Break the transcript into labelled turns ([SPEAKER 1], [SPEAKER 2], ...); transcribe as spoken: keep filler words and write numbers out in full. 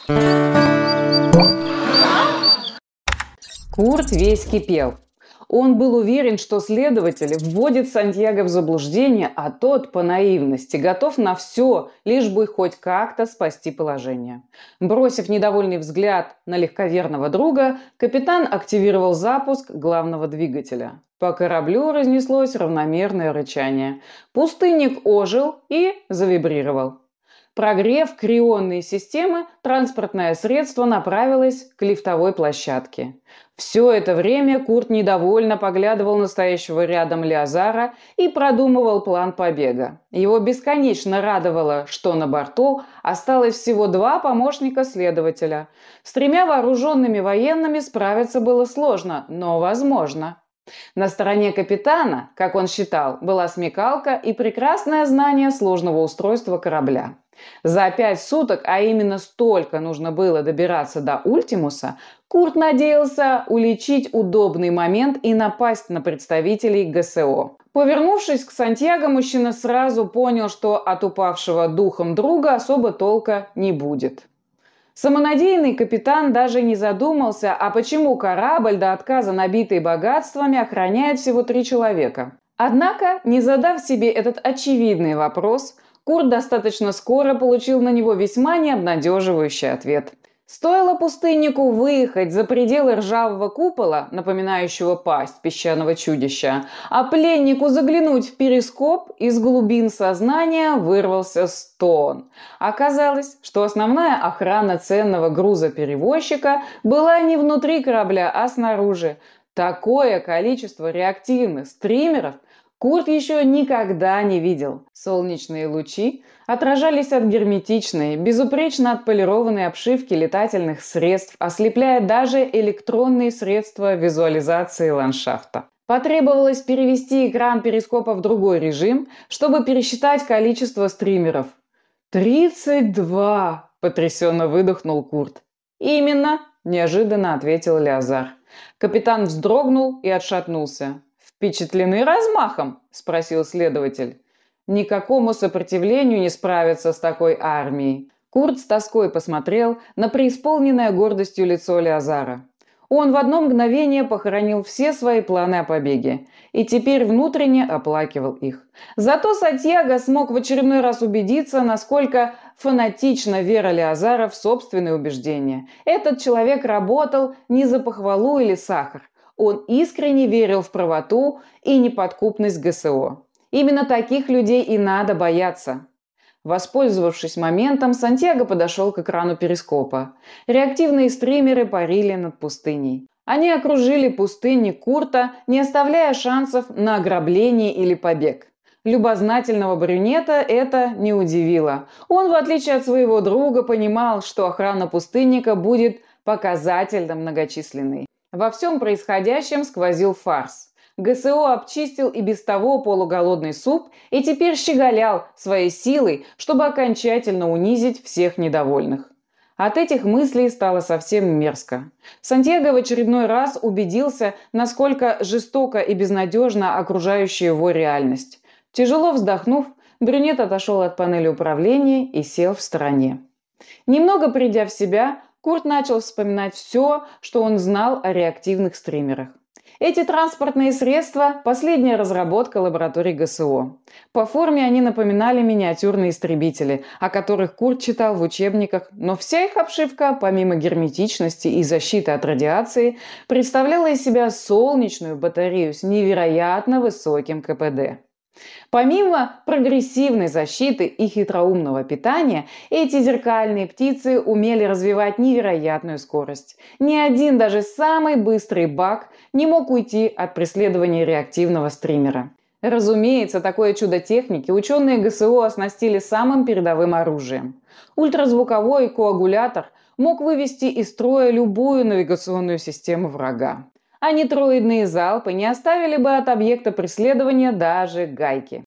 [SPEAKER 1] Курт весь кипел. Он был уверен, что следователь вводит Сантьяго в заблуждение, а тот, по наивности, готов на все, лишь бы хоть как-то спасти положение. Бросив недовольный взгляд на легковерного друга, капитан активировал запуск главного двигателя. По кораблю разнеслось равномерное рычание. Пустынник ожил и завибрировал. Прогрев крионные системы, транспортное средство направилось к лифтовой площадке. Все это время Курт недовольно поглядывал на стоящего рядом Леозара и продумывал план побега. Его бесконечно радовало, что на борту осталось всего два помощника следователя. С тремя вооруженными военными справиться было сложно, но возможно. На стороне капитана, как он считал, была смекалка и прекрасное знание сложного устройства корабля. За пять суток, а именно столько нужно было добираться до Ультимуса, Курт надеялся уличить удобный момент и напасть на представителей ГСО. Повернувшись к Сантьяго, мужчина сразу понял, что от упавшего духом друга особо толка не будет. Самонадеянный капитан даже не задумался, а почему корабль, до отказа набитый богатствами, охраняет всего три человека. Однако, не задав себе этот очевидный вопрос, Курт достаточно скоро получил на него весьма необнадеживающий ответ. Стоило пустыннику выехать за пределы ржавого купола, напоминающего пасть песчаного чудища, а пленнику заглянуть в перископ, из глубин сознания вырвался стон. Оказалось, что основная охрана ценного грузоперевозчика была не внутри корабля, а снаружи. Такое количество реактивных стримеров Курт еще никогда не видел. Солнечные лучи отражались от герметичной, безупречно отполированной обшивки летательных средств, ослепляя даже электронные средства визуализации ландшафта. Потребовалось перевести экран перископа в другой режим, чтобы пересчитать количество стримеров. «Тридцать два!» – потрясенно выдохнул Курт. «Именно!» – неожиданно ответил Леозар. Капитан вздрогнул и отшатнулся. «Впечатлены размахом?» – спросил следователь. «Никакому сопротивлению не справиться с такой армией». Курт с тоской посмотрел на преисполненное гордостью лицо Леозара. Он в одно мгновение похоронил все свои планы о побеге и теперь внутренне оплакивал их. Зато Сантьяго смог в очередной раз убедиться, насколько фанатична вера Леозара в собственные убеждения. Этот человек работал не за похвалу или сахар. Он искренне верил в правоту и неподкупность ГСО. Именно таких людей и надо бояться. Воспользовавшись моментом, Сантьяго подошел к экрану перископа. Реактивные стримеры парили над пустыней. Они окружили пустынник Курта, не оставляя шансов на ограбление или побег. Любознательного брюнета это не удивило. Он, в отличие от своего друга, понимал, что охрана пустынника будет показательно многочисленной. Во всем происходящем сквозил фарс. ГСО обчистил и без того полуголодный суп и теперь щеголял своей силой, чтобы окончательно унизить всех недовольных. От этих мыслей стало совсем мерзко. Сантьяго в очередной раз убедился, насколько жестока и безнадежна окружающая его реальность. Тяжело вздохнув, брюнет отошел от панели управления и сел в стороне. Немного придя в себя, Курт начал вспоминать все, что он знал о реактивных стримерах. Эти транспортные средства – последняя разработка лабораторий ГСО. По форме они напоминали миниатюрные истребители, о которых Курт читал в учебниках, но вся их обшивка, помимо герметичности и защиты от радиации, представляла из себя солнечную батарею с невероятно высоким КПД. Помимо прогрессивной защиты и хитроумного питания, эти зеркальные птицы умели развивать невероятную скорость. Ни один, даже самый быстрый баг не мог уйти от преследования реактивного стримера. Разумеется, такое чудо техники ученые ГСО оснастили самым передовым оружием. Ультразвуковой коагулятор мог вывести из строя любую навигационную систему врага. А нейтроидные залпы не оставили бы от объекта преследования даже гайки.